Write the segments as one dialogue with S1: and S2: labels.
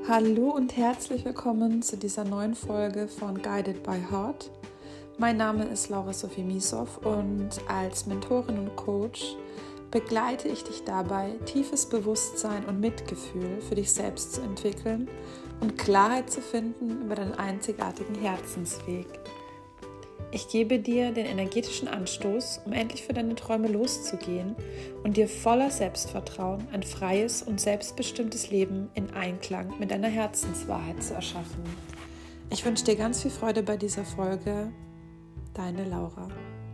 S1: Hallo und herzlich willkommen zu dieser neuen Folge von Guided by Heart. Mein Name ist Laura Sophie Misow und als Mentorin und Coach begleite ich dich dabei, tiefes Bewusstsein und Mitgefühl für dich selbst zu entwickeln und Klarheit zu finden über deinen einzigartigen Herzensweg. Ich gebe dir den energetischen Anstoß, um endlich für deine Träume loszugehen und dir voller Selbstvertrauen ein freies und selbstbestimmtes Leben in Einklang mit deiner Herzenswahrheit zu erschaffen. Ich wünsche dir ganz viel Freude bei dieser Folge. Deine Laura.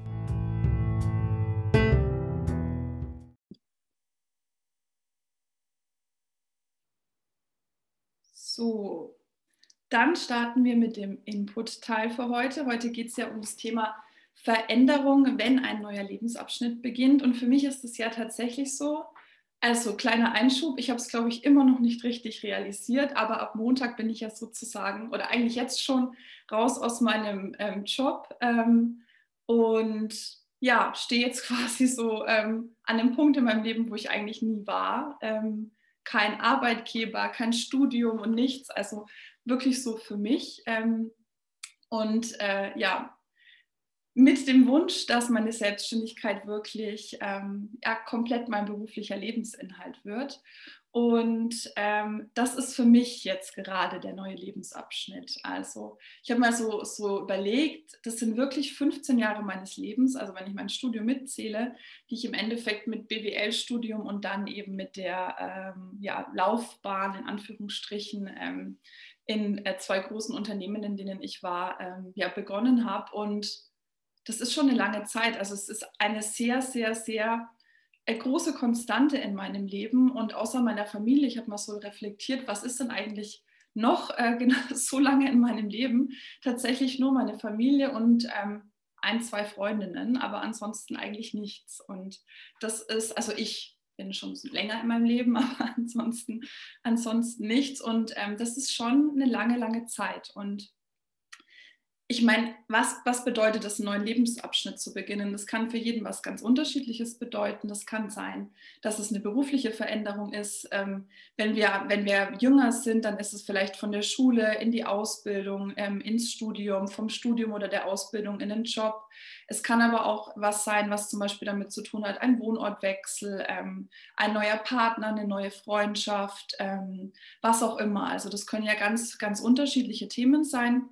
S2: So, dann starten wir mit dem Input-Teil für heute. Heute geht es ja um das Thema Veränderung, wenn ein neuer Lebensabschnitt beginnt. Und für mich ist es ja tatsächlich so, also kleiner Einschub, ich habe es, glaube ich, immer noch nicht richtig realisiert, aber ab Montag bin ich ja sozusagen, oder eigentlich jetzt schon, raus aus meinem Job und ja, stehe jetzt quasi so an dem Punkt in meinem Leben, wo ich eigentlich nie war. Kein Arbeitgeber, kein Studium und nichts, also wirklich so für mich. Ja, mit dem Wunsch, dass meine Selbstständigkeit wirklich komplett mein beruflicher Lebensinhalt wird. Und das ist für mich jetzt gerade der neue Lebensabschnitt. Also ich habe mal so überlegt, das sind wirklich 15 Jahre meines Lebens, also wenn ich mein Studium mitzähle, die ich im Endeffekt mit BWL-Studium und dann eben mit der Laufbahn in Anführungsstrichen in zwei großen Unternehmen, in denen ich war, begonnen habe. Und das ist schon eine lange Zeit. Also es ist eine sehr, sehr, sehr große Konstante in meinem Leben. Und außer meiner Familie, ich habe mal so reflektiert, was ist denn eigentlich noch genau so lange in meinem Leben? Tatsächlich nur meine Familie und ein, zwei Freundinnen, aber ansonsten eigentlich nichts. Und das ist, also ich bin schon länger in meinem Leben, aber ansonsten nichts. Und das ist schon eine lange, lange Zeit. Und ich meine, was bedeutet es, einen neuen Lebensabschnitt zu beginnen? Das kann für jeden was ganz Unterschiedliches bedeuten. Das kann sein, dass es eine berufliche Veränderung ist. Wenn wir jünger sind, dann ist es vielleicht von der Schule in die Ausbildung, ins Studium, vom Studium oder der Ausbildung in den Job. Es kann aber auch was sein, was zum Beispiel damit zu tun hat, ein Wohnortwechsel, ein neuer Partner, eine neue Freundschaft, was auch immer. Also das können ja ganz, ganz unterschiedliche Themen sein.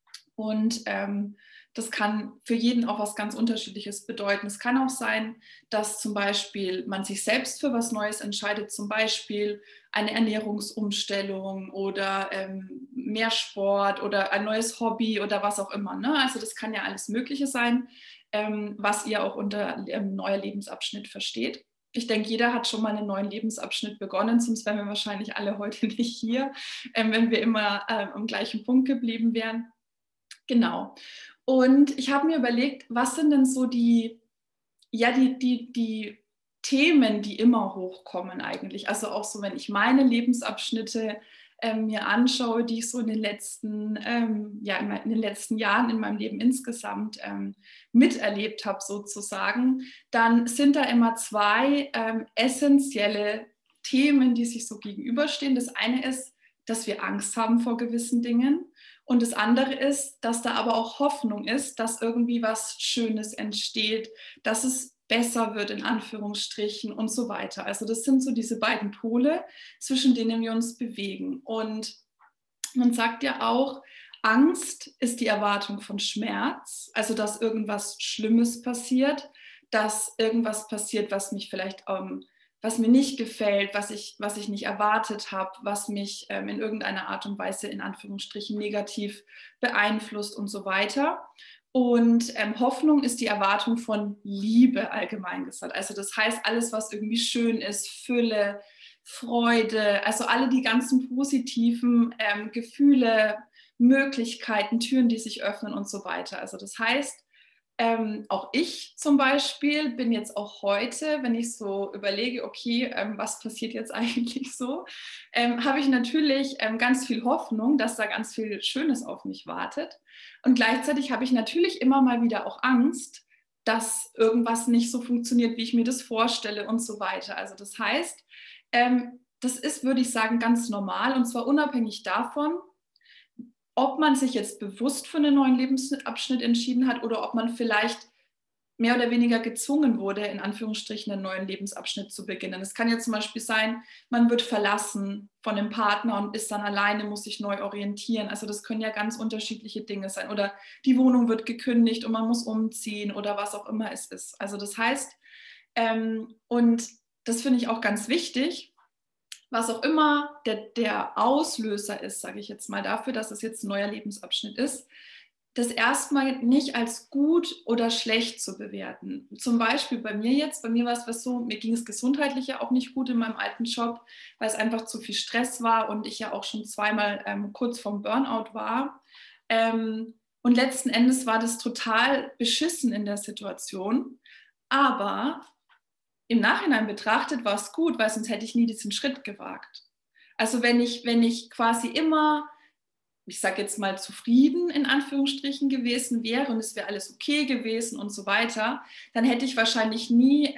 S2: Und das kann für jeden auch was ganz Unterschiedliches bedeuten. Es kann auch sein, dass zum Beispiel man sich selbst für was Neues entscheidet, zum Beispiel eine Ernährungsumstellung oder mehr Sport oder ein neues Hobby oder was auch immer. Ne? Also das kann ja alles Mögliche sein, was ihr auch unter neuer Lebensabschnitt versteht. Ich denke, jeder hat schon mal einen neuen Lebensabschnitt begonnen, sonst wären wir wahrscheinlich alle heute nicht hier, wenn wir immer am gleichen Punkt geblieben wären. Genau. Und ich habe mir überlegt, was sind denn so die Themen, die immer hochkommen eigentlich. Also auch so, wenn ich meine Lebensabschnitte mir anschaue, die ich so in den letzten Jahren in meinem Leben insgesamt miterlebt habe sozusagen, dann sind da immer zwei essentielle Themen, die sich so gegenüberstehen. Das eine ist, dass wir Angst haben vor gewissen Dingen. Und das andere ist, dass da aber auch Hoffnung ist, dass irgendwie was Schönes entsteht, dass es besser wird in Anführungsstrichen und so weiter. Also das sind so diese beiden Pole, zwischen denen wir uns bewegen. Und man sagt ja auch, Angst ist die Erwartung von Schmerz, also dass irgendwas Schlimmes passiert, dass irgendwas passiert, was mich vielleicht was mir nicht gefällt, was ich nicht erwartet habe, was mich in irgendeiner Art und Weise in Anführungsstrichen negativ beeinflusst und so weiter. Und Hoffnung ist die Erwartung von Liebe allgemein gesagt. Also das heißt, alles, was irgendwie schön ist, Fülle, Freude, also alle die ganzen positiven Gefühle, Möglichkeiten, Türen, die sich öffnen und so weiter. Also das heißt, auch ich zum Beispiel bin jetzt auch heute, wenn ich so überlege, okay, was passiert jetzt eigentlich so, habe ich natürlich ganz viel Hoffnung, dass da ganz viel Schönes auf mich wartet. Und gleichzeitig habe ich natürlich immer mal wieder auch Angst, dass irgendwas nicht so funktioniert, wie ich mir das vorstelle und so weiter. Also das heißt, das ist, würde ich sagen, ganz normal, und zwar unabhängig davon, ob man sich jetzt bewusst für einen neuen Lebensabschnitt entschieden hat oder ob man vielleicht mehr oder weniger gezwungen wurde, in Anführungsstrichen einen neuen Lebensabschnitt zu beginnen. Es kann ja zum Beispiel sein, man wird verlassen von einem Partner und ist dann alleine, muss sich neu orientieren. Also das können ja ganz unterschiedliche Dinge sein. Oder die Wohnung wird gekündigt und man muss umziehen oder was auch immer es ist. Also das heißt, und das finde ich auch ganz wichtig, was auch immer der Auslöser ist, sage ich jetzt mal dafür, dass es jetzt ein neuer Lebensabschnitt ist, das erstmal nicht als gut oder schlecht zu bewerten. Zum Beispiel bei mir war es was so, mir ging es gesundheitlich ja auch nicht gut in meinem alten Job, weil es einfach zu viel Stress war und ich ja auch schon zweimal kurz vorm Burnout war. Und letzten Endes war das total beschissen in der Situation. Aber im Nachhinein betrachtet war es gut, weil sonst hätte ich nie diesen Schritt gewagt. Also wenn ich quasi immer, ich sage jetzt mal, zufrieden in Anführungsstrichen gewesen wäre und es wäre alles okay gewesen und so weiter, dann hätte ich wahrscheinlich nie,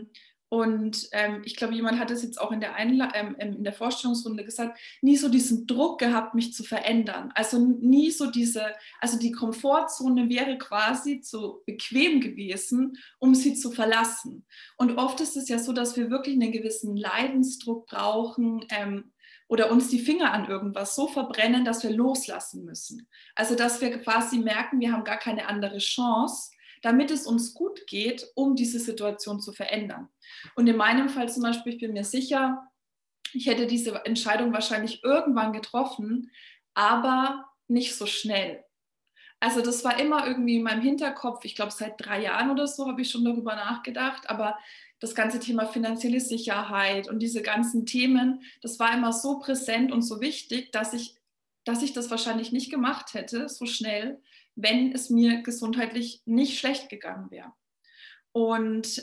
S2: ich glaube, jemand hat es jetzt auch in in der Vorstellungsrunde gesagt, nie so diesen Druck gehabt, mich zu verändern. Also nie so also die Komfortzone wäre quasi zu bequem gewesen, um sie zu verlassen. Und oft ist es ja so, dass wir wirklich einen gewissen Leidensdruck brauchen, oder uns die Finger an irgendwas so verbrennen, dass wir loslassen müssen. Also dass wir quasi merken, wir haben gar keine andere Chance, damit es uns gut geht, um diese Situation zu verändern. Und in meinem Fall zum Beispiel, ich bin mir sicher, ich hätte diese Entscheidung wahrscheinlich irgendwann getroffen, aber nicht so schnell. Also das war immer irgendwie in meinem Hinterkopf. Ich glaube, seit 3 Jahren oder so habe ich schon darüber nachgedacht. Aber das ganze Thema finanzielle Sicherheit und diese ganzen Themen, das war immer so präsent und so wichtig, dass ich das wahrscheinlich nicht gemacht hätte, so schnell, wenn es mir gesundheitlich nicht schlecht gegangen wäre. Und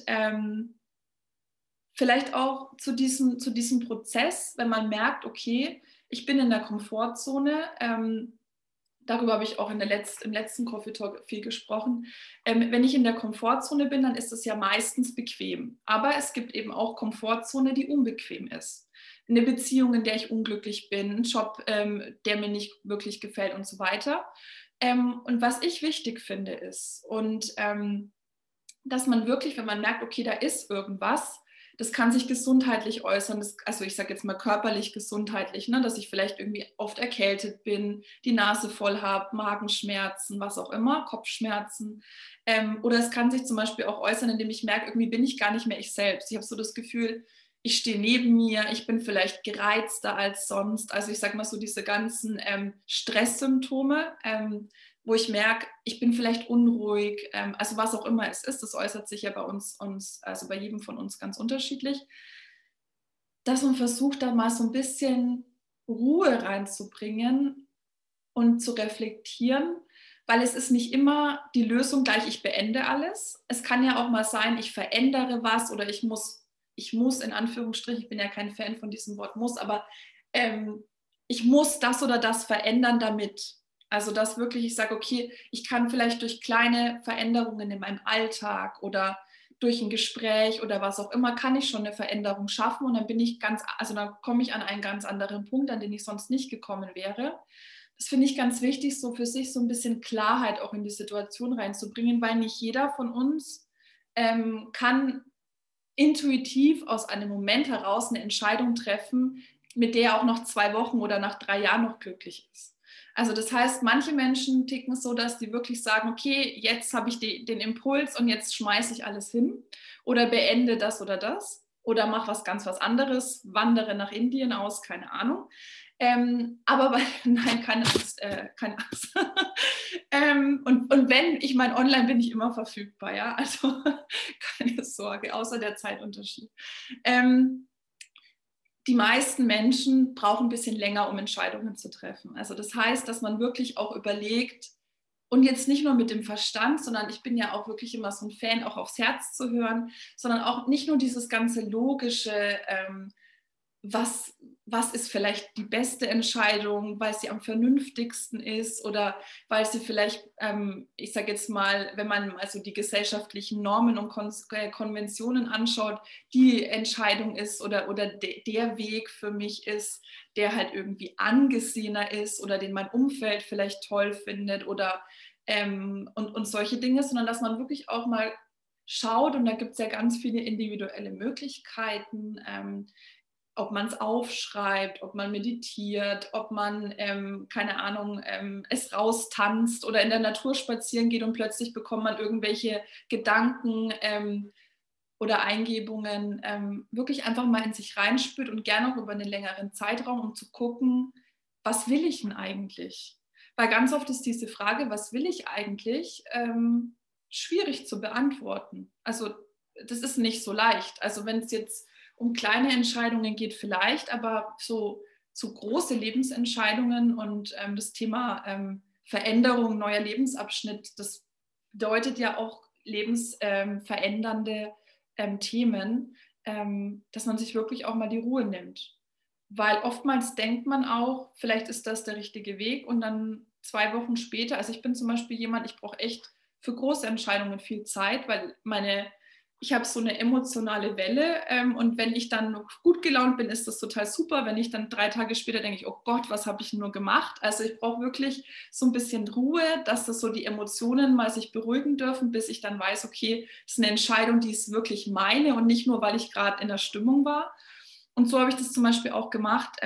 S2: vielleicht auch zu diesem Prozess, wenn man merkt, okay, ich bin in der Komfortzone, darüber habe ich auch im letzten Coffee Talk viel gesprochen. Wenn ich in der Komfortzone bin, dann ist es ja meistens bequem. Aber es gibt eben auch Komfortzone, die unbequem ist. Eine Beziehung, in der ich unglücklich bin, ein Job, der mir nicht wirklich gefällt und so weiter. Und was ich wichtig finde ist, dass man wirklich, wenn man merkt, okay, da ist irgendwas, das kann sich gesundheitlich äußern, also ich sage jetzt mal körperlich gesundheitlich, ne, dass ich vielleicht irgendwie oft erkältet bin, die Nase voll habe, Magenschmerzen, was auch immer, Kopfschmerzen. Oder es kann sich zum Beispiel auch äußern, indem ich merke, irgendwie bin ich gar nicht mehr ich selbst. Ich habe so das Gefühl, ich stehe neben mir, ich bin vielleicht gereizter als sonst. Also ich sage mal so diese ganzen Stresssymptome, wo ich merke, ich bin vielleicht unruhig, also was auch immer es ist, das äußert sich ja bei uns, also bei jedem von uns ganz unterschiedlich, dass man versucht, da mal so ein bisschen Ruhe reinzubringen und zu reflektieren, weil es ist nicht immer die Lösung gleich, ich beende alles. Es kann ja auch mal sein, ich verändere was oder ich muss in Anführungsstrichen, ich bin ja kein Fan von diesem Wort muss, aber ich muss das oder das verändern, damit. Also dass wirklich ich sage, okay, ich kann vielleicht durch kleine Veränderungen in meinem Alltag oder durch ein Gespräch oder was auch immer, kann ich schon eine Veränderung schaffen und dann dann komme ich an einen ganz anderen Punkt, an den ich sonst nicht gekommen wäre. Das finde ich ganz wichtig, so für sich so ein bisschen Klarheit auch in die Situation reinzubringen, weil nicht jeder von uns kann intuitiv aus einem Moment heraus eine Entscheidung treffen, mit der er auch noch 2 Wochen oder nach 3 Jahren noch glücklich ist. Also das heißt, manche Menschen ticken so, dass die wirklich sagen, okay, jetzt habe ich den Impuls und jetzt schmeiße ich alles hin oder beende das oder mache was anderes, wandere nach Indien aus, keine Ahnung. Aber nein, keine Angst. Und wenn ich meine, online bin ich immer verfügbar, ja, also keine Sorge, außer der Zeitunterschied. Die meisten Menschen brauchen ein bisschen länger, um Entscheidungen zu treffen. Also das heißt, dass man wirklich auch überlegt und jetzt nicht nur mit dem Verstand, sondern ich bin ja auch wirklich immer so ein Fan, auch aufs Herz zu hören, sondern auch nicht nur dieses ganze logische, was ist vielleicht die beste Entscheidung, weil sie am vernünftigsten ist oder weil sie vielleicht, ich sage jetzt mal, wenn man also die gesellschaftlichen Normen und Konventionen anschaut, die Entscheidung ist oder der Weg für mich ist, der halt irgendwie angesehener ist oder den mein Umfeld vielleicht toll findet oder und solche Dinge, sondern dass man wirklich auch mal schaut und da gibt es ja ganz viele individuelle Möglichkeiten, ob man es aufschreibt, ob man meditiert, ob man, keine Ahnung, es raustanzt oder in der Natur spazieren geht und plötzlich bekommt man irgendwelche Gedanken oder Eingebungen, wirklich einfach mal in sich reinspürt und gerne auch über einen längeren Zeitraum, um zu gucken, was will ich denn eigentlich? Weil ganz oft ist diese Frage, was will ich eigentlich, schwierig zu beantworten. Also das ist nicht so leicht. Also wenn es jetzt um kleine Entscheidungen geht vielleicht, aber so große Lebensentscheidungen und das Thema Veränderung, neuer Lebensabschnitt, das bedeutet ja auch lebensverändernde Themen, dass man sich wirklich auch mal die Ruhe nimmt. Weil oftmals denkt man auch, vielleicht ist das der richtige Weg und dann 2 Wochen später, also ich bin zum Beispiel jemand, ich brauche echt für große Entscheidungen viel Zeit, weil ich habe so eine emotionale Welle und wenn ich dann gut gelaunt bin, ist das total super. Wenn ich dann 3 Tage später denke ich, oh Gott, was habe ich nur gemacht? Also ich brauche wirklich so ein bisschen Ruhe, dass das so die Emotionen mal sich beruhigen dürfen, bis ich dann weiß, okay, das ist eine Entscheidung, die ist wirklich meine und nicht nur, weil ich gerade in der Stimmung war. Und so habe ich das zum Beispiel auch gemacht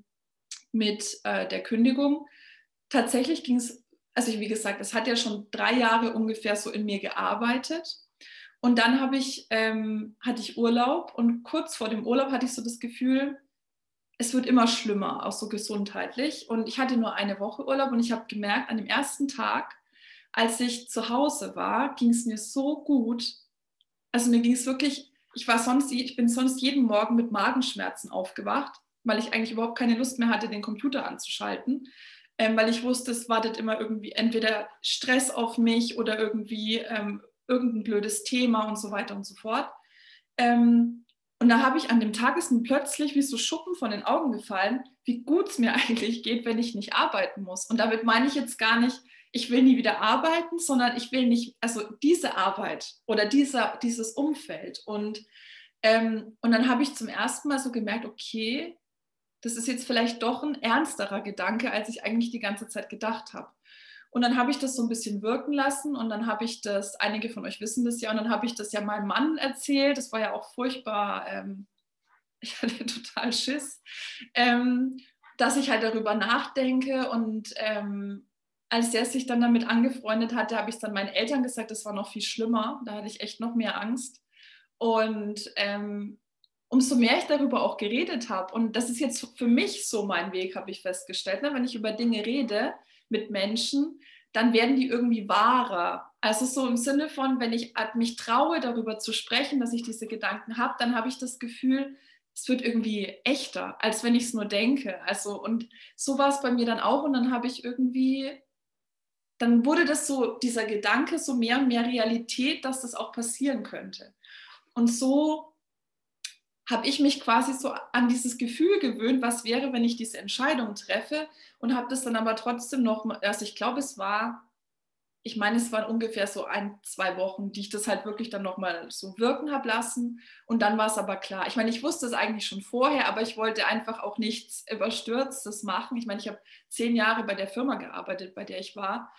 S2: mit der Kündigung. Tatsächlich ging es, also wie gesagt, es hat ja schon 3 Jahre ungefähr so in mir gearbeitet. Und dann hatte ich Urlaub und kurz vor dem Urlaub hatte ich so das Gefühl, es wird immer schlimmer, auch so gesundheitlich. Und ich hatte nur eine Woche Urlaub und ich habe gemerkt, an dem ersten Tag, als ich zu Hause war, ging es mir so gut. Also mir ging es wirklich, ich bin sonst jeden Morgen mit Magenschmerzen aufgewacht, weil ich eigentlich überhaupt keine Lust mehr hatte, den Computer anzuschalten. Weil ich wusste, es wartet immer irgendwie entweder Stress auf mich oder irgendwie irgendein blödes Thema und so weiter und so fort. Und da habe ich an dem Tag ist mir plötzlich wie so Schuppen von den Augen gefallen, wie gut es mir eigentlich geht, wenn ich nicht arbeiten muss. Und damit meine ich jetzt gar nicht, ich will nie wieder arbeiten, sondern ich will nicht, also diese Arbeit oder dieses Umfeld. Und dann habe ich zum ersten Mal so gemerkt, okay, das ist jetzt vielleicht doch ein ernsterer Gedanke, als ich eigentlich die ganze Zeit gedacht habe. Und dann habe ich das so ein bisschen wirken lassen und dann habe ich das, einige von euch wissen das ja, und dann habe ich das ja meinem Mann erzählt. Das war ja auch furchtbar, ich hatte total Schiss, dass ich halt darüber nachdenke. Und als der sich dann damit angefreundet hatte, habe ich es dann meinen Eltern gesagt, das war noch viel schlimmer. Da hatte ich echt noch mehr Angst. Und umso mehr ich darüber auch geredet habe, und das ist jetzt für mich so mein Weg, habe ich festgestellt, ne? Wenn ich über Dinge rede mit Menschen, dann werden die irgendwie wahrer. Also so im Sinne von, wenn ich mich traue, darüber zu sprechen, dass ich diese Gedanken habe, dann habe ich das Gefühl, es wird irgendwie echter, als wenn ich es nur denke. Also und so war es bei mir dann auch und dann habe ich irgendwie, dann wurde das so, dieser Gedanke so mehr und mehr Realität, dass das auch passieren könnte. Und so habe ich mich quasi so an dieses Gefühl gewöhnt, was wäre, wenn ich diese Entscheidung treffe und habe das dann aber trotzdem noch, also ich glaube, ich meine, es waren ungefähr so 1, 2 Wochen, die ich das halt wirklich dann nochmal so wirken habe lassen und dann war es aber klar. Ich meine, ich wusste es eigentlich schon vorher, aber ich wollte einfach auch nichts Überstürztes machen. Ich meine, ich habe 10 Jahre bei der Firma gearbeitet, bei der ich war.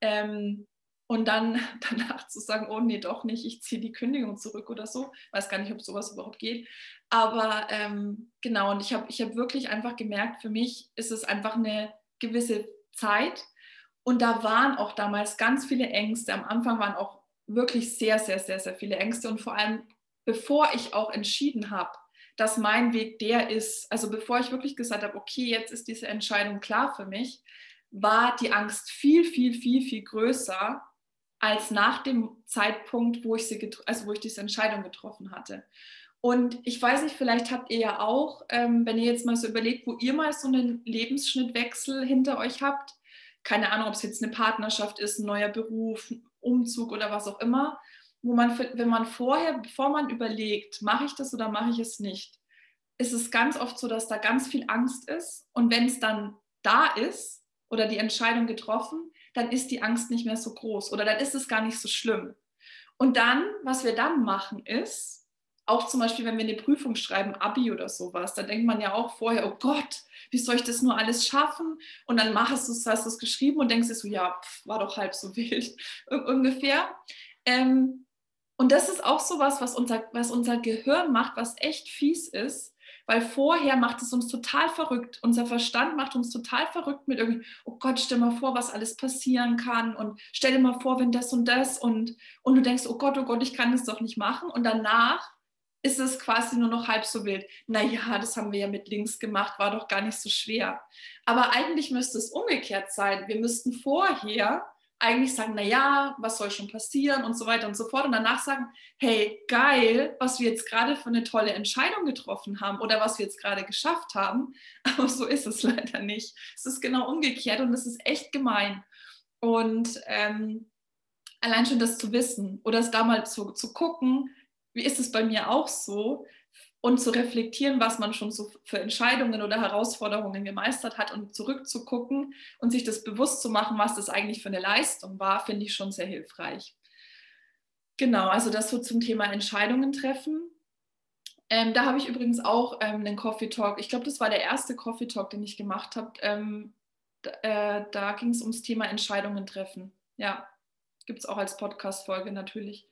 S2: Und dann danach zu sagen, oh nee, doch nicht, ich ziehe die Kündigung zurück oder so. Weiß gar nicht, ob sowas überhaupt geht. Aber genau, und ich hab wirklich einfach gemerkt, für mich ist es einfach eine gewisse Zeit. Und da waren auch damals ganz viele Ängste. Am Anfang waren auch wirklich sehr, sehr, sehr, sehr viele Ängste. Und vor allem, bevor ich auch entschieden habe, dass mein Weg der ist, also bevor ich wirklich gesagt habe, okay, jetzt ist diese Entscheidung klar für mich, war die Angst viel, viel, viel, viel größer als nach dem Zeitpunkt, wo ich diese Entscheidung getroffen hatte. Und ich weiß nicht, vielleicht habt ihr ja auch, wenn ihr jetzt mal so überlegt, wo ihr mal so einen Lebensschnittwechsel hinter euch habt, keine Ahnung, ob es jetzt eine Partnerschaft ist, ein neuer Beruf, ein Umzug oder was auch immer, wo man, wenn man vorher, bevor man überlegt, mache ich das oder mache ich es nicht, ist es ganz oft so, dass da ganz viel Angst ist. Und wenn es dann da ist oder die Entscheidung getroffen, dann ist die Angst nicht mehr so groß oder dann ist es gar nicht so schlimm. Und dann, was wir dann machen, ist, auch zum Beispiel, wenn wir eine Prüfung schreiben, Abi oder sowas, da denkt man ja auch vorher, oh Gott, wie soll ich das nur alles schaffen? Und dann hast du es geschrieben und denkst dir so, ja, war doch halb so wild, ungefähr. Und das ist auch sowas, was unser Gehirn macht, was echt fies ist, weil vorher macht es uns total verrückt. Unser Verstand macht uns total verrückt mit irgendwie, oh Gott, stell mal vor, was alles passieren kann und stell dir mal vor, wenn das und das und du denkst, oh Gott, ich kann das doch nicht machen. Und danach ist es quasi nur noch halb so wild. Naja, das haben wir ja mit links gemacht, war doch gar nicht so schwer. Aber eigentlich müsste es umgekehrt sein. Wir müssten vorher eigentlich sagen, naja, was soll schon passieren und so weiter und so fort. Und danach sagen, hey, geil, was wir jetzt gerade für eine tolle Entscheidung getroffen haben oder was wir jetzt gerade geschafft haben. Aber so ist es leider nicht. Es ist genau umgekehrt und das ist echt gemein. Und allein schon das zu wissen oder es da mal zu gucken, wie ist es bei mir auch so, und zu reflektieren, was man schon so für Entscheidungen oder Herausforderungen gemeistert hat und zurückzugucken und sich das bewusst zu machen, was das eigentlich für eine Leistung war, finde ich schon sehr hilfreich. Genau, also das so zum Thema Entscheidungen treffen. Da habe ich übrigens auch einen Coffee Talk. Ich glaube, das war der erste Coffee Talk, den ich gemacht habe. Da ging es ums Thema Entscheidungen treffen. Ja, gibt es auch als Podcast-Folge natürlich.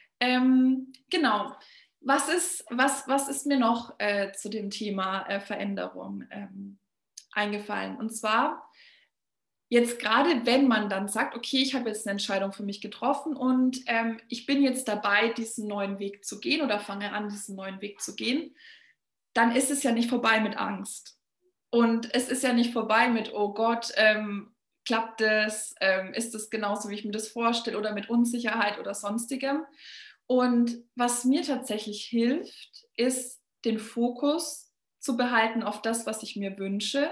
S2: Genau. Was ist mir noch zu dem Thema Veränderung eingefallen? Und zwar jetzt gerade, wenn man dann sagt, okay, ich habe jetzt eine Entscheidung für mich getroffen und ich bin jetzt dabei, diesen neuen Weg zu gehen oder fange an, diesen neuen Weg zu gehen, dann ist es ja nicht vorbei mit Angst. Und es ist ja nicht vorbei mit, oh Gott, klappt das? Ist das genauso, wie ich mir das vorstelle oder mit Unsicherheit oder sonstigem? Und was mir tatsächlich hilft, ist, den Fokus zu behalten auf das, was ich mir wünsche,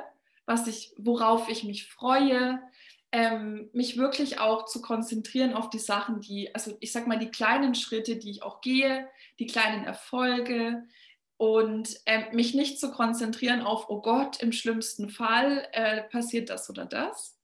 S2: worauf ich mich freue, mich wirklich auch zu konzentrieren auf die Sachen, also ich sag mal, die kleinen Schritte, die ich auch gehe, die kleinen Erfolge und mich nicht zu konzentrieren auf, oh Gott, im schlimmsten Fall passiert das oder das,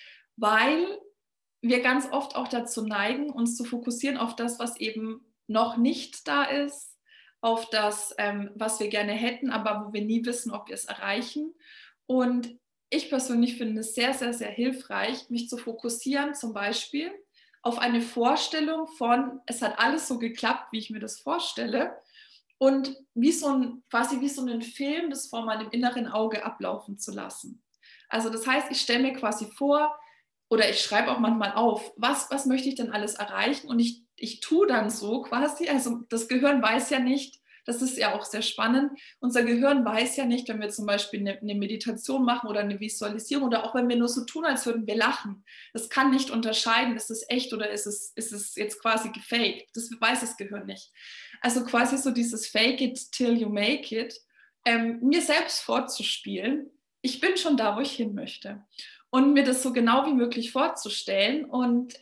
S2: weil wir ganz oft auch dazu neigen, uns zu fokussieren auf das, was eben noch nicht da ist, auf das, was wir gerne hätten, aber wo wir nie wissen, ob wir es erreichen. Und ich persönlich finde es sehr, sehr, sehr hilfreich, mich zu fokussieren, zum Beispiel auf eine Vorstellung von, es hat alles so geklappt, wie ich mir das vorstelle. Und quasi wie so einen Film, das vor meinem inneren Auge ablaufen zu lassen. Also das heißt, ich stelle mir quasi vor, oder ich schreibe auch manchmal auf, was möchte ich denn alles erreichen? Und ich tue dann so quasi, also das Gehirn weiß ja nicht, das ist ja auch sehr spannend, unser Gehirn weiß ja nicht, wenn wir zum Beispiel eine Meditation machen oder eine Visualisierung oder auch wenn wir nur so tun, als würden wir lachen. Das kann nicht unterscheiden, ist es echt oder ist es jetzt quasi gefaked. Das weiß das Gehirn nicht. Also quasi so dieses Fake it till you make it, mir selbst vorzuspielen, ich bin schon da, wo ich hin möchte. Und mir das so genau wie möglich vorzustellen. Und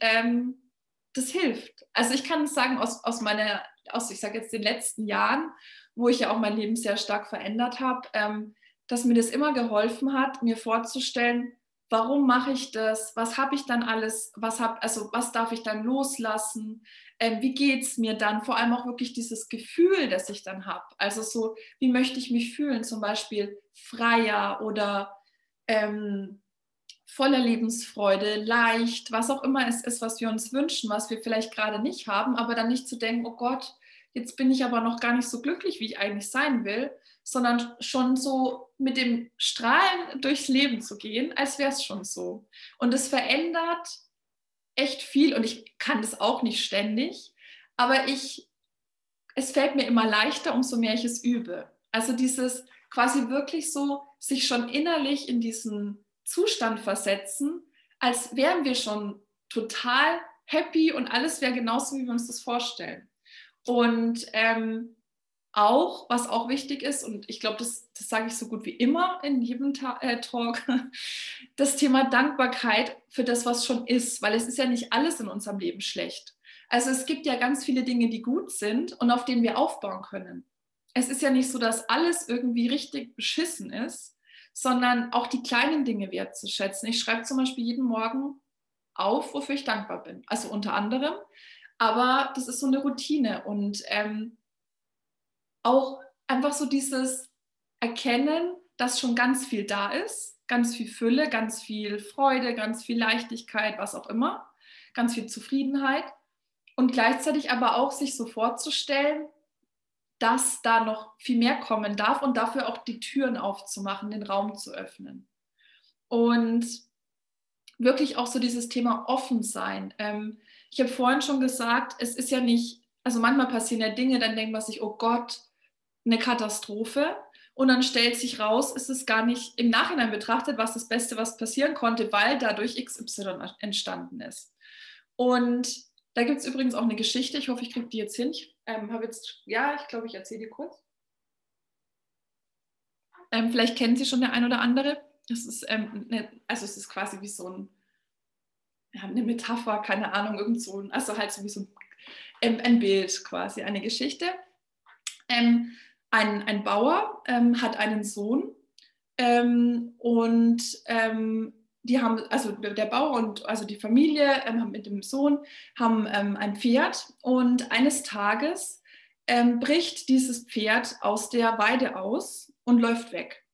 S2: das hilft. Also ich kann sagen, ich sage jetzt den letzten Jahren, wo ich ja auch mein Leben sehr stark verändert habe, dass mir das immer geholfen hat, mir vorzustellen, warum mache ich das? Was habe ich dann alles? Was darf ich dann loslassen? Wie geht es mir dann? Vor allem auch wirklich dieses Gefühl, das ich dann habe. Also so, wie möchte ich mich fühlen? Zum Beispiel freier oder voller Lebensfreude, leicht, was auch immer es ist, was wir uns wünschen, was wir vielleicht gerade nicht haben, aber dann nicht zu denken, oh Gott, jetzt bin ich aber noch gar nicht so glücklich, wie ich eigentlich sein will, sondern schon so mit dem Strahlen durchs Leben zu gehen, als wäre es schon so. Und es verändert echt viel und ich kann das auch nicht ständig, aber es fällt mir immer leichter, umso mehr ich es übe. Also dieses quasi wirklich so, sich schon innerlich in diesen Zustand versetzen, als wären wir schon total happy und alles wäre genauso, wie wir uns das vorstellen. Und auch, was auch wichtig ist, und ich glaube, das sage ich so gut wie immer in jedem Talk, das Thema Dankbarkeit für das, was schon ist, weil es ist ja nicht alles in unserem Leben schlecht. Also es gibt ja ganz viele Dinge, die gut sind und auf denen wir aufbauen können. es ist ja nicht so, dass alles irgendwie richtig beschissen ist, sondern auch die kleinen Dinge wertzuschätzen. Ich schreibe zum Beispiel jeden Morgen auf, wofür ich dankbar bin. Also unter anderem, aber das ist so eine Routine und auch einfach so dieses Erkennen, dass schon ganz viel da ist, ganz viel Fülle, ganz viel Freude, ganz viel Leichtigkeit, was auch immer, ganz viel Zufriedenheit und gleichzeitig aber auch sich so vorzustellen, dass da noch viel mehr kommen darf und dafür auch die Türen aufzumachen, den Raum zu öffnen. Und wirklich auch so dieses Thema offen sein. Ich habe vorhin schon gesagt, es ist ja nicht, also manchmal passieren ja Dinge, dann denkt man sich, oh Gott, eine Katastrophe. Und dann stellt sich raus, ist es gar nicht im Nachhinein betrachtet, was das Beste, was passieren konnte, weil dadurch XY entstanden ist. Und da gibt es übrigens auch eine Geschichte, ich hoffe, ich kriege die jetzt hin. Ich glaube, ich erzähle die kurz. Vielleicht kennen Sie schon der ein oder andere. Es ist, es ist quasi wie so eine Metapher, keine Ahnung, also halt so wie so ein Bild quasi, eine Geschichte. Ein Bauer hat einen Sohn und die haben, also der Bauer und also die Familie mit dem Sohn haben ein Pferd und eines Tages bricht dieses Pferd aus der Weide aus und läuft weg.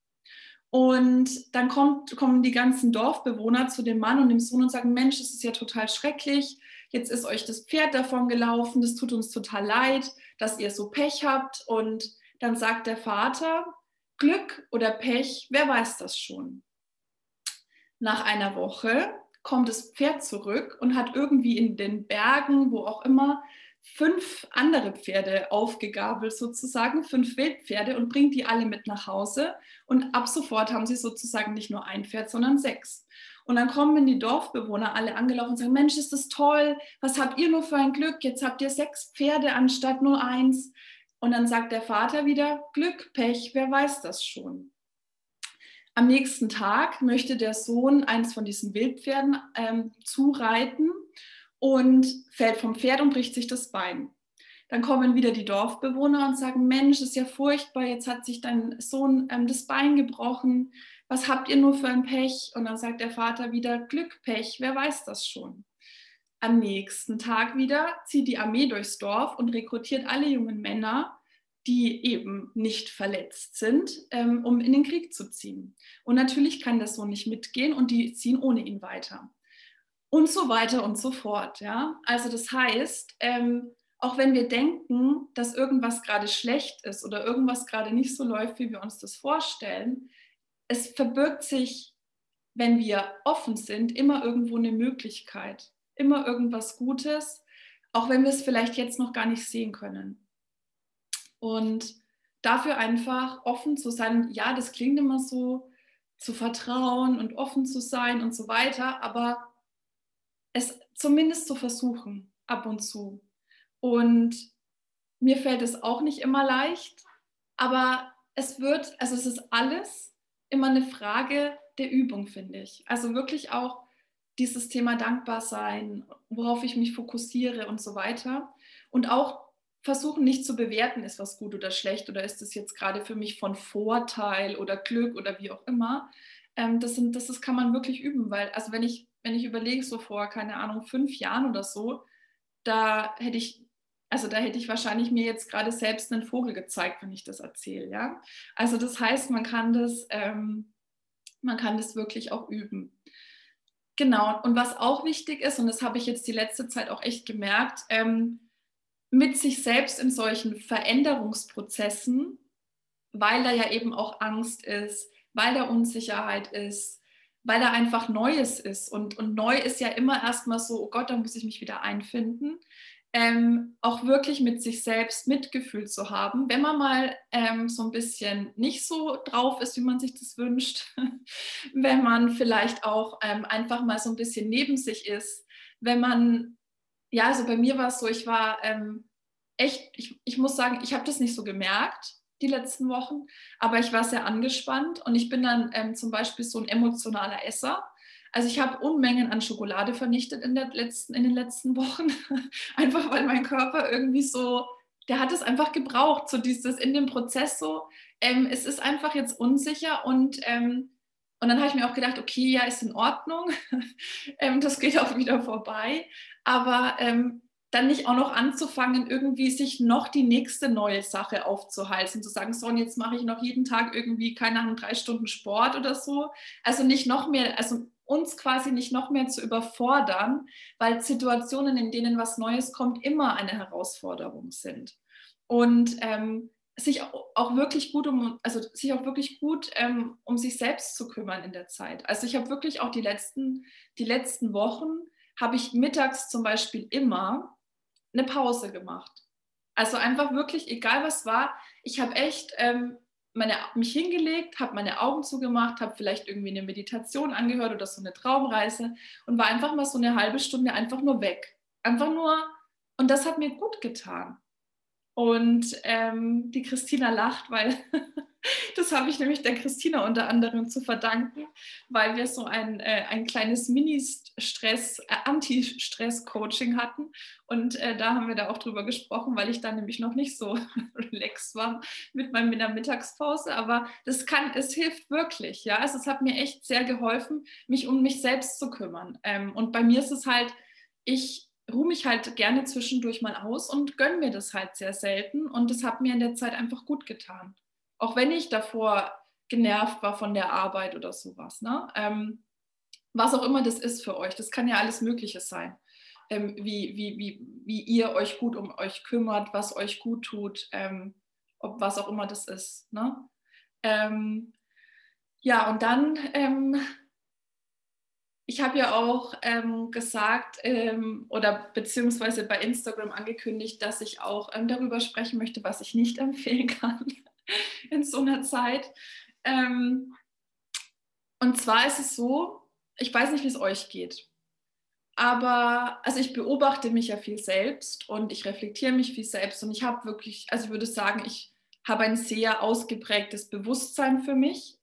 S2: Und dann kommen die ganzen Dorfbewohner zu dem Mann und dem Sohn und sagen, Mensch, das ist ja total schrecklich, jetzt ist euch das Pferd davon gelaufen, das tut uns total leid, dass ihr so Pech habt. Und dann sagt der Vater, Glück oder Pech, wer weiß das schon. Nach einer Woche kommt das Pferd zurück und hat irgendwie in den Bergen, wo auch immer, 5 andere Pferde aufgegabelt sozusagen, 5 Wildpferde und bringt die alle mit nach Hause. Und ab sofort haben sie sozusagen nicht nur ein Pferd, sondern 6. Und dann kommen die Dorfbewohner alle angelaufen und sagen, Mensch, ist das toll, was habt ihr nur für ein Glück, jetzt habt ihr 6 Pferde anstatt nur 1. Und dann sagt der Vater wieder, Glück, Pech, wer weiß das schon. Am nächsten Tag möchte der Sohn eins von diesen Wildpferden zureiten und fällt vom Pferd und bricht sich das Bein. Dann kommen wieder die Dorfbewohner und sagen, Mensch, ist ja furchtbar, jetzt hat sich dein Sohn das Bein gebrochen, was habt ihr nur für ein Pech? Und dann sagt der Vater wieder, Glück, Pech, wer weiß das schon. Am nächsten Tag wieder zieht die Armee durchs Dorf und rekrutiert alle jungen Männer, die eben nicht verletzt sind, um in den Krieg zu ziehen. Und natürlich kann das so nicht mitgehen und die ziehen ohne ihn weiter. Und so weiter und so fort. Ja? Also das heißt, auch wenn wir denken, dass irgendwas gerade schlecht ist oder irgendwas gerade nicht so läuft, wie wir uns das vorstellen, es verbirgt sich, wenn wir offen sind, immer irgendwo eine Möglichkeit, immer irgendwas Gutes, auch wenn wir es vielleicht jetzt noch gar nicht sehen können. Und dafür einfach offen zu sein, ja, das klingt immer so, zu vertrauen und offen zu sein und so weiter, aber es zumindest zu versuchen, ab und zu. Und mir fällt es auch nicht immer leicht, aber es ist alles immer eine Frage der Übung, finde ich. Also wirklich auch dieses Thema Dankbarsein, worauf ich mich fokussiere und so weiter. Und auch versuchen nicht zu bewerten, ist was gut oder schlecht oder ist es jetzt gerade für mich von Vorteil oder Glück oder wie auch immer. Das kann man wirklich üben, weil, also wenn ich überlege, so vor, keine Ahnung, 5 Jahren oder so, da hätte ich wahrscheinlich mir jetzt gerade selbst einen Vogel gezeigt, wenn ich das erzähle, ja. Also das heißt, man kann das wirklich auch üben. Genau, und was auch wichtig ist, und das habe ich jetzt die letzte Zeit auch echt gemerkt, mit sich selbst in solchen Veränderungsprozessen, weil da ja eben auch Angst ist, weil da Unsicherheit ist, weil da einfach Neues ist. Und neu ist ja immer erstmal so, oh Gott, da muss ich mich wieder einfinden. Auch wirklich mit sich selbst Mitgefühl zu haben, wenn man mal so ein bisschen nicht so drauf ist, wie man sich das wünscht, wenn man vielleicht auch einfach mal so ein bisschen neben sich ist, wenn man, ja, also bei mir war es so, ich war ich muss sagen, ich habe das nicht so gemerkt, die letzten Wochen, aber ich war sehr angespannt und ich bin dann zum Beispiel so ein emotionaler Esser. Also ich habe Unmengen an Schokolade vernichtet in den letzten Wochen, einfach weil mein Körper irgendwie so der hat es einfach gebraucht, so dieses in dem Prozess so, es ist einfach jetzt unsicher und dann habe ich mir auch gedacht, okay, ja, ist in Ordnung, das geht auch wieder vorbei, aber dann nicht auch noch anzufangen, irgendwie sich noch die nächste neue Sache aufzuhalsen, zu sagen, so, und jetzt mache ich noch jeden Tag irgendwie, keine Ahnung, 3 Stunden Sport oder so. Also nicht noch mehr, also uns quasi nicht noch mehr zu überfordern, weil Situationen, in denen was Neues kommt, immer eine Herausforderung sind. Und sich auch wirklich gut um sich selbst zu kümmern in der Zeit. Also ich habe wirklich auch die letzten Wochen, habe ich mittags zum Beispiel immer eine Pause gemacht. Also einfach wirklich, egal was war, ich habe echt mich hingelegt, habe meine Augen zugemacht, habe vielleicht irgendwie eine Meditation angehört oder so eine Traumreise und war einfach mal so eine halbe Stunde einfach nur weg. Einfach nur, und das hat mir gut getan. Und die Christina lacht, weil das habe ich nämlich der Christina unter anderem zu verdanken, weil wir so ein kleines Anti-Stress-Coaching hatten. Und da haben wir da auch drüber gesprochen, weil ich dann nämlich noch nicht so relaxed war mit meiner Mittagspause. Aber es hilft wirklich. Ja? Also es hat mir echt sehr geholfen, mich um mich selbst zu kümmern. Und bei mir ist es halt, ich ruhe mich halt gerne zwischendurch mal aus und gönne mir das halt sehr selten. Und das hat mir in der Zeit einfach gut getan. Auch wenn ich davor genervt war von der Arbeit oder sowas. Ne? Was auch immer das ist für euch, das kann ja alles Mögliche sein. Wie ihr euch gut um euch kümmert, was euch gut tut, was auch immer das ist. Ne? Ja, und dann ich habe ja auch gesagt oder beziehungsweise bei Instagram angekündigt, dass ich auch darüber sprechen möchte, was ich nicht empfehlen kann in so einer Zeit. Und zwar ist es so, ich weiß nicht, wie es euch geht, aber also ich beobachte mich ja viel selbst und ich reflektiere mich viel selbst und ich habe wirklich, also ich würde sagen, ich habe ein sehr ausgeprägtes Bewusstsein für mich,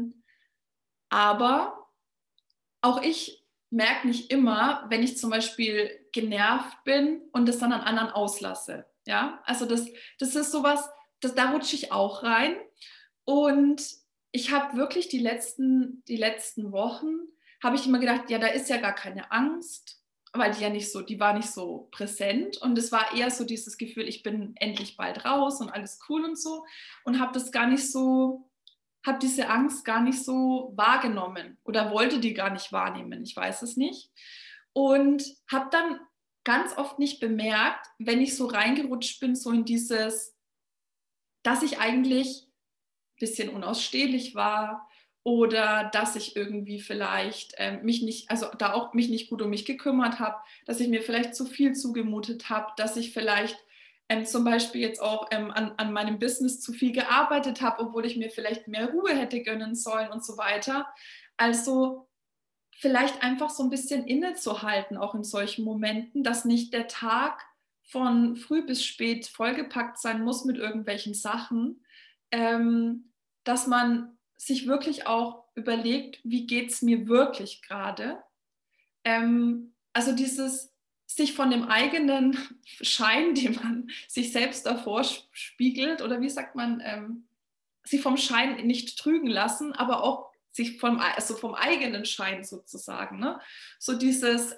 S2: aber auch ich merke nicht immer, wenn ich zum Beispiel genervt bin und das dann an anderen auslasse. Ja, also das ist sowas, da rutsche ich auch rein. Und ich habe wirklich die letzten Wochen, habe ich immer gedacht, ja, da ist ja gar keine Angst, weil die war nicht so präsent. Und es war eher so dieses Gefühl, ich bin endlich bald raus und alles cool und so. Und habe diese Angst gar nicht so wahrgenommen oder wollte die gar nicht wahrnehmen, ich weiß es nicht. Und habe dann ganz oft nicht bemerkt, wenn ich so reingerutscht bin, so in dieses, dass ich eigentlich ein bisschen unausstehlich war oder dass ich irgendwie vielleicht mich nicht gut um mich gekümmert habe, dass ich mir vielleicht zu viel zugemutet habe, dass ich vielleicht zum Beispiel jetzt auch an meinem Business zu viel gearbeitet habe, obwohl ich mir vielleicht mehr Ruhe hätte gönnen sollen und so weiter. Also vielleicht einfach so ein bisschen innezuhalten, auch in solchen Momenten, dass nicht der Tag von früh bis spät vollgepackt sein muss mit irgendwelchen Sachen, dass man sich wirklich auch überlegt, wie geht es mir wirklich gerade. Also dieses sich von dem eigenen Schein, den man sich selbst davor spiegelt, oder wie sagt man, sich vom Schein nicht trügen lassen, aber auch sich vom eigenen Schein sozusagen. Ne? So dieses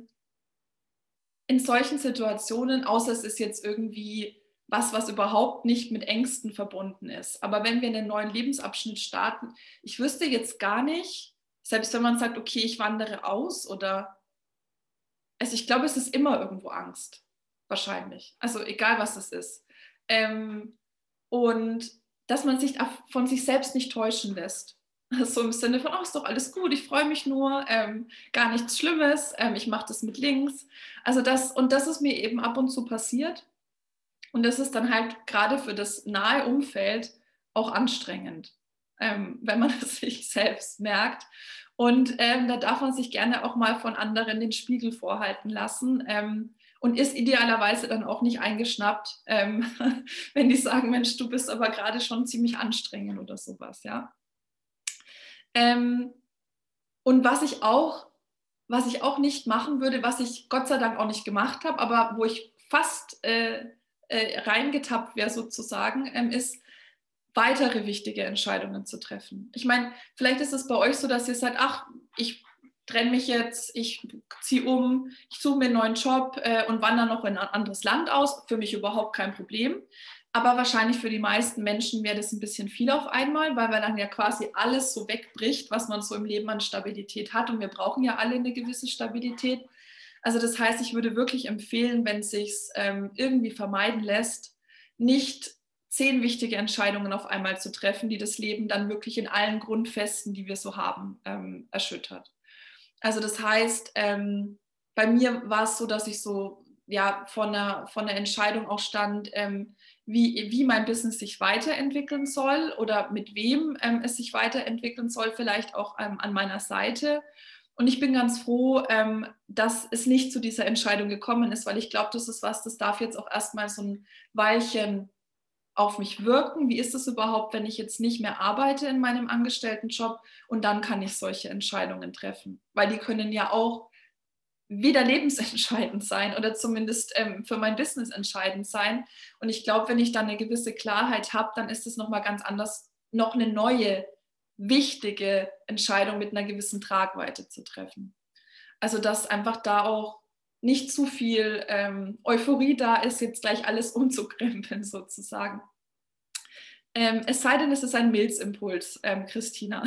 S2: in solchen Situationen, außer es ist jetzt irgendwie was überhaupt nicht mit Ängsten verbunden ist. Aber wenn wir einen neuen Lebensabschnitt starten, ich wüsste jetzt gar nicht, selbst wenn man sagt, okay, ich wandere aus oder, also ich glaube, es ist immer irgendwo Angst, wahrscheinlich. Also egal, was es ist. Und dass man sich von sich selbst nicht täuschen lässt. So im Sinne von, oh, ist doch alles gut, ich freue mich nur, gar nichts Schlimmes, ich mache das mit links. Und das ist mir eben ab und zu passiert. Und das ist dann halt gerade für das nahe Umfeld auch anstrengend, wenn man es sich selbst merkt. Und da darf man sich gerne auch mal von anderen den Spiegel vorhalten lassen und ist idealerweise dann auch nicht eingeschnappt, wenn die sagen, Mensch, du bist aber gerade schon ziemlich anstrengend oder sowas, ja. Und was ich auch nicht machen würde, was ich Gott sei Dank auch nicht gemacht habe, aber wo ich fast reingetappt wäre sozusagen, ist, weitere wichtige Entscheidungen zu treffen. Ich meine, vielleicht ist es bei euch so, dass ihr sagt, ach, ich trenne mich jetzt, ich ziehe um, ich suche mir einen neuen Job und wandere noch in ein anderes Land aus. Für mich überhaupt kein Problem. Aber wahrscheinlich für die meisten Menschen wäre das ein bisschen viel auf einmal, weil wir dann ja quasi alles so wegbricht, was man so im Leben an Stabilität hat. Und wir brauchen ja alle eine gewisse Stabilität. Also das heißt, ich würde wirklich empfehlen, wenn es sich irgendwie vermeiden lässt, nicht 10 wichtige Entscheidungen auf einmal zu treffen, die das Leben dann wirklich in allen Grundfesten, die wir so haben, erschüttert. Also das heißt, bei mir war es so, dass ich so ja, vor einer Entscheidung auch stand, wie mein Business sich weiterentwickeln soll oder mit wem es sich weiterentwickeln soll, vielleicht auch an meiner Seite. Und ich bin ganz froh, dass es nicht zu dieser Entscheidung gekommen ist, weil ich glaube, das ist was, das darf jetzt auch erstmal so ein Weilchen auf mich wirken. Wie ist es überhaupt, wenn ich jetzt nicht mehr arbeite in meinem Angestelltenjob und dann kann ich solche Entscheidungen treffen, weil die können ja auch wieder lebensentscheidend sein oder zumindest für mein Business entscheidend sein. Und ich glaube, wenn ich dann eine gewisse Klarheit habe, dann ist es nochmal ganz anders, noch eine neue, wichtige Entscheidung mit einer gewissen Tragweite zu treffen. Also dass einfach da auch nicht zu viel Euphorie da ist, jetzt gleich alles umzukrempeln sozusagen. Es sei denn, es ist ein Milzimpuls, Christina.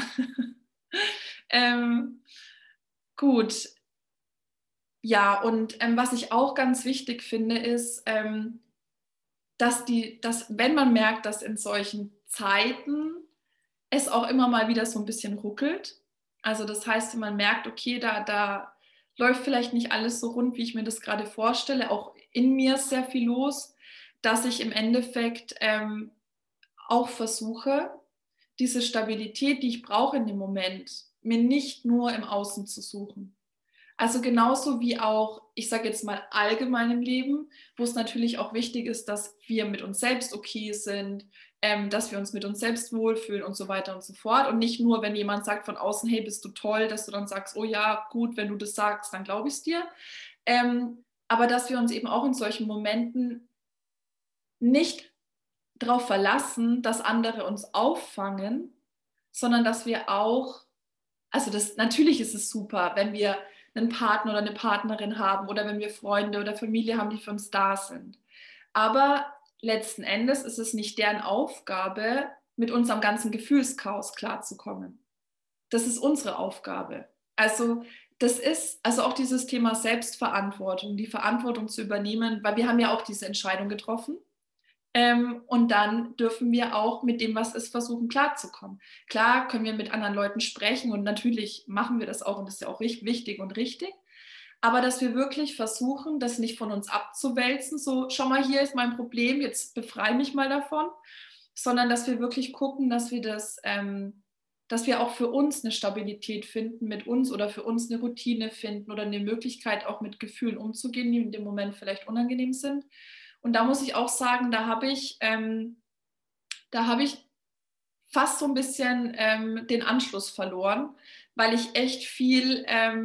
S2: Gut. Ja, und was ich auch ganz wichtig finde, ist, dass wenn man merkt, dass in solchen Zeiten es auch immer mal wieder so ein bisschen ruckelt. Also das heißt, wenn man merkt, okay, da läuft vielleicht nicht alles so rund, wie ich mir das gerade vorstelle, auch in mir ist sehr viel los, dass ich im Endeffekt auch versuche, diese Stabilität, die ich brauche in dem Moment, mir nicht nur im Außen zu suchen. Also genauso wie auch, ich sage jetzt mal allgemein im Leben, wo es natürlich auch wichtig ist, dass wir mit uns selbst okay sind, dass wir uns mit uns selbst wohlfühlen und so weiter und so fort. Und nicht nur, wenn jemand sagt von außen, hey, bist du toll, dass du dann sagst, oh ja, gut, wenn du das sagst, dann glaube ich es dir. Aber dass wir uns eben auch in solchen Momenten nicht darauf verlassen, dass andere uns auffangen, sondern dass wir auch, also natürlich ist es super, wenn wir einen Partner oder eine Partnerin haben oder wenn wir Freunde oder Familie haben, die für uns da sind. Aber letzten Endes ist es nicht deren Aufgabe, mit unserem ganzen Gefühlschaos klarzukommen. Das ist unsere Aufgabe. Also das ist also auch dieses Thema Selbstverantwortung, die Verantwortung zu übernehmen, weil wir haben ja auch diese Entscheidung getroffen. Und dann dürfen wir auch mit dem, was ist, versuchen klarzukommen. Klar können wir mit anderen Leuten sprechen und natürlich machen wir das auch und das ist ja auch wichtig und richtig. Aber dass wir wirklich versuchen, das nicht von uns abzuwälzen, so schau mal, hier ist mein Problem, jetzt befreie mich mal davon, sondern dass wir wirklich gucken, dass wir auch für uns eine Stabilität finden mit uns oder für uns eine Routine finden oder eine Möglichkeit auch mit Gefühlen umzugehen, die in dem Moment vielleicht unangenehm sind. Und da muss ich auch sagen, da habe ich fast so ein bisschen den Anschluss verloren, weil ich echt viel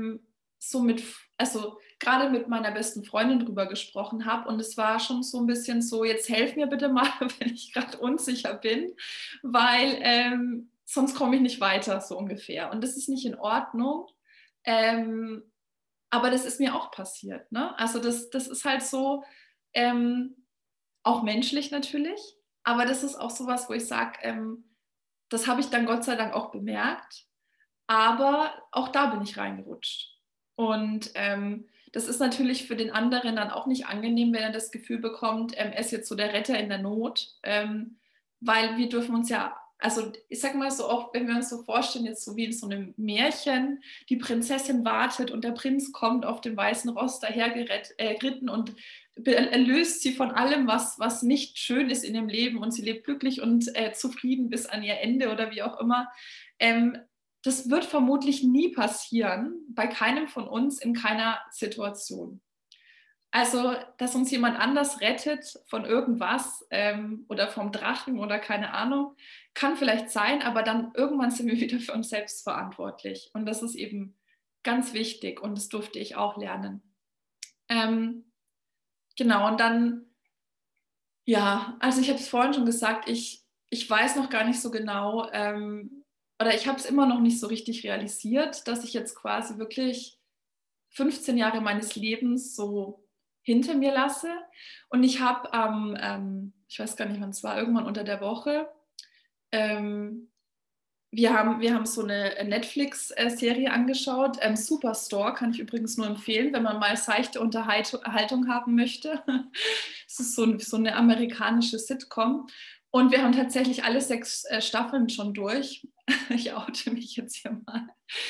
S2: also gerade mit meiner besten Freundin drüber gesprochen habe und es war schon so ein bisschen so, jetzt helf mir bitte mal, wenn ich gerade unsicher bin, weil sonst komme ich nicht weiter, so ungefähr. Und das ist nicht in Ordnung. Ähm, aber das ist mir auch passiert. Ne? Also das ist halt so, ähm, auch menschlich natürlich, aber das ist auch sowas, wo ich sage, das habe ich dann Gott sei Dank auch bemerkt, aber auch da bin ich reingerutscht. Und das ist natürlich für den anderen dann auch nicht angenehm, wenn er das Gefühl bekommt, er ist jetzt so der Retter in der Not, weil wir dürfen uns ja, also ich sag mal so, auch wenn wir uns so vorstellen, jetzt so wie in so einem Märchen, die Prinzessin wartet und der Prinz kommt auf dem weißen Ross dahergeritten und erlöst sie von allem, was nicht schön ist in ihrem Leben und sie lebt glücklich und zufrieden bis an ihr Ende oder wie auch immer. Das wird vermutlich nie passieren, bei keinem von uns in keiner Situation. Also, dass uns jemand anders rettet von irgendwas oder vom Drachen oder keine Ahnung, kann vielleicht sein, aber dann irgendwann sind wir wieder für uns selbst verantwortlich. Und das ist eben ganz wichtig und das durfte ich auch lernen. Genau, und dann Ja, also ich habe es vorhin schon gesagt, ich weiß noch gar nicht so genau, oder ich habe es immer noch nicht so richtig realisiert, dass ich jetzt quasi wirklich 15 Jahre meines Lebens so hinter mir lasse. Und ich habe ich weiß gar nicht, wann es war, irgendwann unter der Woche, ähm, wir haben so eine Netflix-Serie angeschaut. Superstore kann ich übrigens nur empfehlen, wenn man mal seichte Unterhaltung haben möchte. Es ist so eine amerikanische Sitcom. Und wir haben tatsächlich alle 6 Staffeln schon durch. Ich oute mich jetzt hier mal.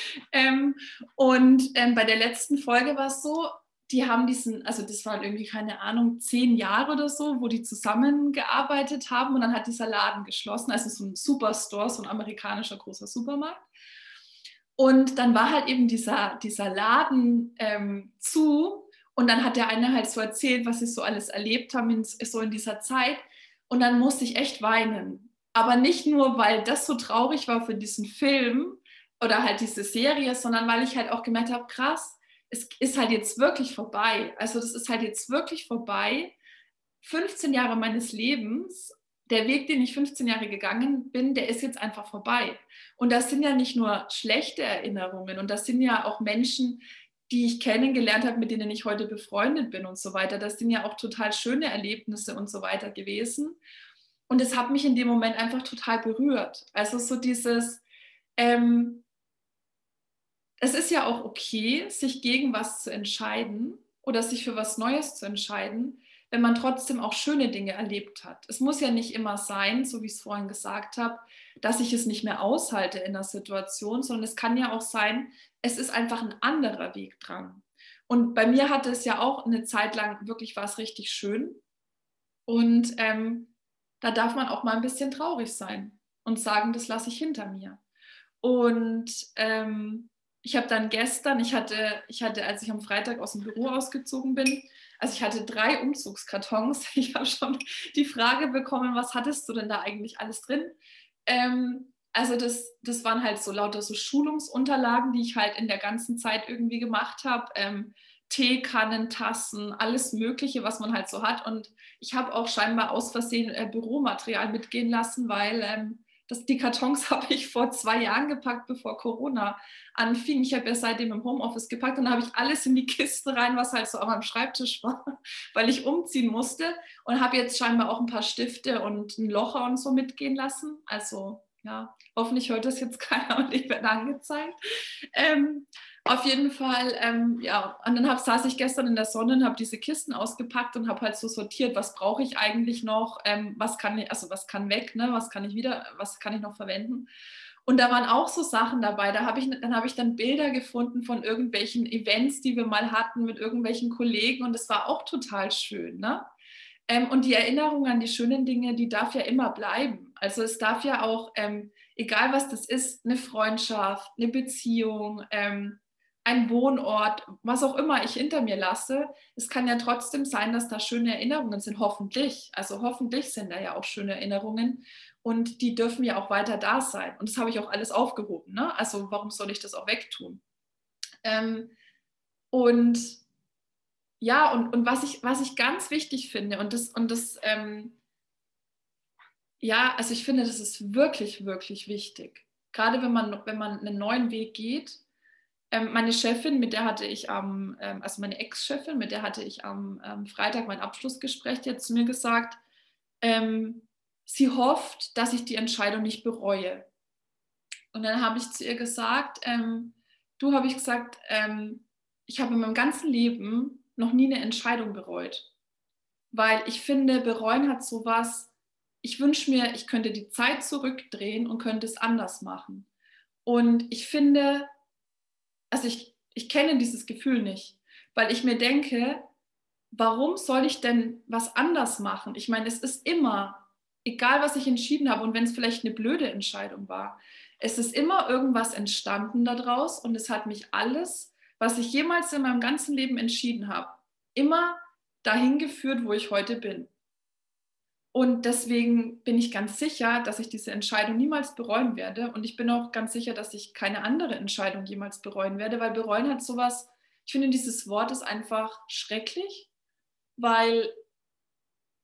S2: Bei der letzten Folge war es so, die haben also das waren irgendwie, keine Ahnung, 10 Jahre oder so, wo die zusammengearbeitet haben und dann hat dieser Laden geschlossen, also so ein Superstore, so ein amerikanischer großer Supermarkt. Und dann war halt eben dieser Laden zu und dann hat der eine halt so erzählt, was sie so alles erlebt haben, so in dieser Zeit. Und dann musste ich echt weinen. Aber nicht nur, weil das so traurig war für diesen Film oder halt diese Serie, sondern weil ich halt auch gemerkt habe, krass, es ist halt jetzt wirklich vorbei. Also das ist halt jetzt wirklich vorbei. 15 Jahre meines Lebens, der Weg, den ich 15 Jahre gegangen bin, der ist jetzt einfach vorbei. Und das sind ja nicht nur schlechte Erinnerungen und das sind ja auch Menschen, die ich kennengelernt habe, mit denen ich heute befreundet bin und so weiter. Das sind ja auch total schöne Erlebnisse und so weiter gewesen. Und es hat mich in dem Moment einfach total berührt. Also so ähm, es ist ja auch okay, sich gegen was zu entscheiden oder sich für was Neues zu entscheiden, wenn man trotzdem auch schöne Dinge erlebt hat. Es muss ja nicht immer sein, so wie ich es vorhin gesagt habe, dass ich es nicht mehr aushalte in der Situation, sondern es kann ja auch sein, es ist einfach ein anderer Weg dran. Und bei mir hatte es ja auch eine Zeit lang wirklich war es richtig schön. Und da darf man auch mal ein bisschen traurig sein und sagen, das lasse ich hinter mir. Und ich habe dann gestern, als ich am Freitag aus dem Büro ausgezogen bin, also ich hatte 3 Umzugskartons. Ich habe schon die Frage bekommen, was hattest du denn da eigentlich alles drin? Also das waren halt so lauter so Schulungsunterlagen, die ich halt in der ganzen Zeit irgendwie gemacht habe. Teekannen, Tassen, alles Mögliche, was man halt so hat. Und ich habe auch scheinbar aus Versehen Büromaterial mitgehen lassen, weil die Kartons habe ich vor 2 Jahren gepackt, bevor Corona anfing. Ich habe ja seitdem im Homeoffice gepackt und dann habe ich alles in die Kisten rein, was halt so an meinem Schreibtisch war, weil ich umziehen musste und habe jetzt scheinbar auch ein paar Stifte und ein Locher und so mitgehen lassen. Also ja, hoffentlich hört das jetzt keiner und ich werde angezeigt. Auf jeden Fall, ja, und dann saß ich gestern in der Sonne und habe diese Kisten ausgepackt und habe halt so sortiert, was brauche ich eigentlich noch, was kann weg, ne? Was kann ich noch verwenden. Und da waren auch so Sachen dabei, dann habe ich dann Bilder gefunden von irgendwelchen Events, die wir mal hatten mit irgendwelchen Kollegen und das war auch total schön, ne? Und die Erinnerung an die schönen Dinge, die darf ja immer bleiben. Also es darf ja auch, egal was das ist, eine Freundschaft, eine Beziehung, ein Wohnort, was auch immer ich hinter mir lasse, es kann ja trotzdem sein, dass da schöne Erinnerungen sind, hoffentlich. Also hoffentlich sind da ja auch schöne Erinnerungen und die dürfen ja auch weiter da sein. Und das habe ich auch alles aufgehoben. Ne? Also warum soll ich das auch wegtun? Ähm, und ja, und was ich ganz wichtig finde, ja, also ich finde, das ist wirklich, wirklich wichtig. Gerade wenn man einen neuen Weg geht. Meine Chefin, mit der hatte ich also meine Ex-Chefin, mit der hatte ich am Freitag mein Abschlussgespräch, die hat zu mir gesagt, ähm, sie hofft, dass ich die Entscheidung nicht bereue. Und dann habe ich zu ihr gesagt, habe ich gesagt, ich habe in meinem ganzen Leben noch nie eine Entscheidung bereut. Weil ich finde, bereuen hat sowas, ich wünsche mir, ich könnte die Zeit zurückdrehen und könnte es anders machen. Und ich finde, also ich kenne dieses Gefühl nicht, weil ich mir denke, warum soll ich denn was anders machen? Ich meine, es ist immer, egal was ich entschieden habe und wenn es vielleicht eine blöde Entscheidung war, es ist immer irgendwas entstanden daraus und es hat mich alles, was ich jemals in meinem ganzen Leben entschieden habe, immer dahin geführt, wo ich heute bin. Und deswegen bin ich ganz sicher, dass ich diese Entscheidung niemals bereuen werde. Und ich bin auch ganz sicher, dass ich keine andere Entscheidung jemals bereuen werde, weil bereuen hat sowas, ich finde, dieses Wort ist einfach schrecklich, weil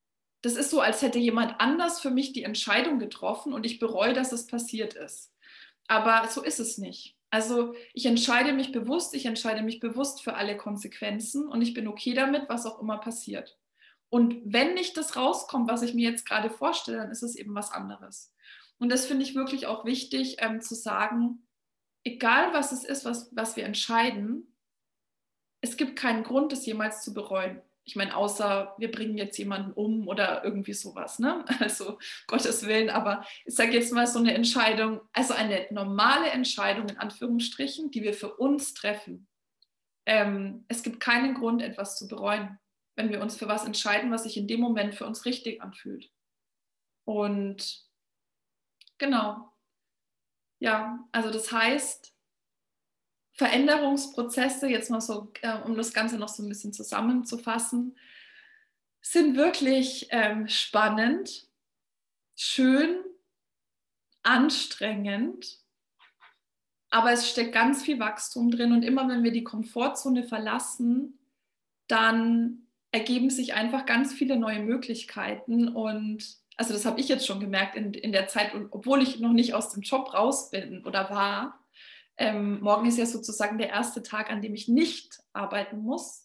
S2: das ist so, als hätte jemand anders für mich die Entscheidung getroffen und ich bereue, dass es passiert ist. Aber so ist es nicht. Also ich entscheide mich bewusst für alle Konsequenzen und ich bin okay damit, was auch immer passiert. Und wenn nicht das rauskommt, was ich mir jetzt gerade vorstelle, dann ist es eben was anderes. Und das finde ich wirklich auch wichtig, zu sagen, egal was es ist, was wir entscheiden, es gibt keinen Grund, es jemals zu bereuen. Ich meine, außer wir bringen jetzt jemanden um oder irgendwie sowas, ne? Also Gottes Willen, aber ich sage jetzt mal so eine Entscheidung, also eine normale Entscheidung in Anführungsstrichen, die wir für uns treffen. Es gibt keinen Grund, etwas zu bereuen, wenn wir uns für was entscheiden, was sich in dem Moment für uns richtig anfühlt. Und genau, ja, also das heißt, Veränderungsprozesse, jetzt mal so, um das Ganze noch so ein bisschen zusammenzufassen, sind wirklich spannend, schön, anstrengend, aber es steckt ganz viel Wachstum drin und immer wenn wir die Komfortzone verlassen, dann ergeben sich einfach ganz viele neue Möglichkeiten und also das habe ich jetzt schon gemerkt in der Zeit, und obwohl ich noch nicht aus dem Job raus bin oder war. Morgen ist ja sozusagen der erste Tag, an dem ich nicht arbeiten muss.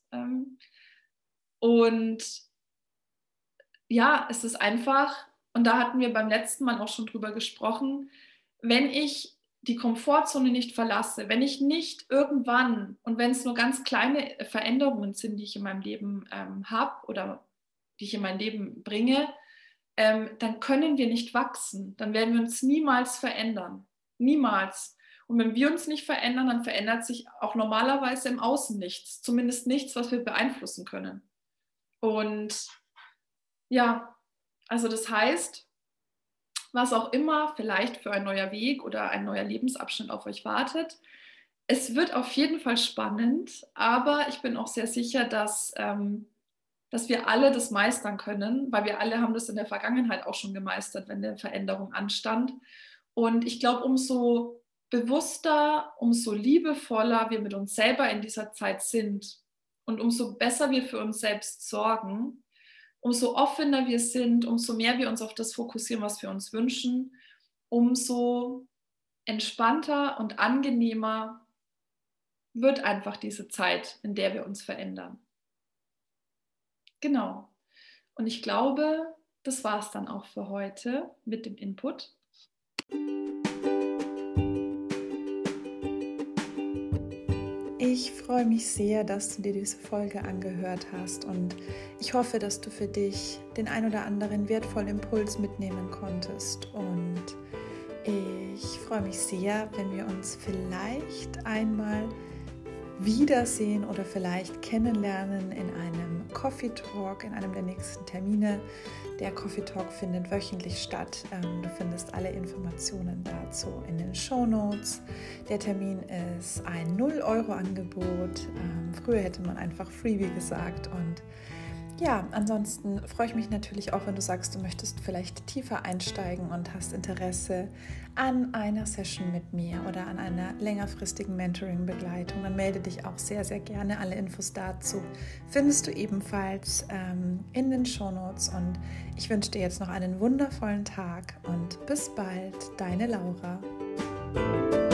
S2: Und ja, es ist einfach, und da hatten wir beim letzten Mal auch schon drüber gesprochen, wenn ich die Komfortzone nicht verlasse, wenn ich nicht irgendwann, und wenn es nur ganz kleine Veränderungen sind, die ich in meinem Leben habe oder die ich in mein Leben bringe, dann können wir nicht wachsen, dann werden wir uns niemals verändern, niemals. Und wenn wir uns nicht verändern, dann verändert sich auch normalerweise im Außen nichts, zumindest nichts, was wir beeinflussen können. Und ja, also das heißt, was auch immer vielleicht für ein neuer Weg oder ein neuer Lebensabschnitt auf euch wartet, es wird auf jeden Fall spannend, aber ich bin auch sehr sicher, dass wir alle das meistern können, weil wir alle haben das in der Vergangenheit auch schon gemeistert, wenn eine Veränderung anstand. Und ich glaube, umso bewusster, umso liebevoller wir mit uns selber in dieser Zeit sind und umso besser wir für uns selbst sorgen, umso offener wir sind, umso mehr wir uns auf das fokussieren, was wir uns wünschen, umso entspannter und angenehmer wird einfach diese Zeit, in der wir uns verändern. Genau. Und ich glaube, das war es dann auch für heute mit dem Input.
S1: Ich freue mich sehr, dass du dir diese Folge angehört hast und ich hoffe, dass du für dich den ein oder anderen wertvollen Impuls mitnehmen konntest. Und ich freue mich sehr, wenn wir uns vielleicht einmal wiedersehen oder vielleicht kennenlernen in einem Coffee Talk, in einem der nächsten Termine. Der Coffee Talk findet wöchentlich statt. Du findest alle Informationen dazu in den Shownotes. Der Termin ist ein 0-Euro-Angebot. Früher hätte man einfach Freebie gesagt. Und ja, ansonsten freue ich mich natürlich auch, wenn du sagst, du möchtest vielleicht tiefer einsteigen und hast Interesse an einer Session mit mir oder an einer längerfristigen Mentoring-Begleitung. Dann melde dich auch sehr, sehr gerne. Alle Infos dazu findest du ebenfalls in den Shownotes. Und ich wünsche dir jetzt noch einen wundervollen Tag und bis bald, deine Laura.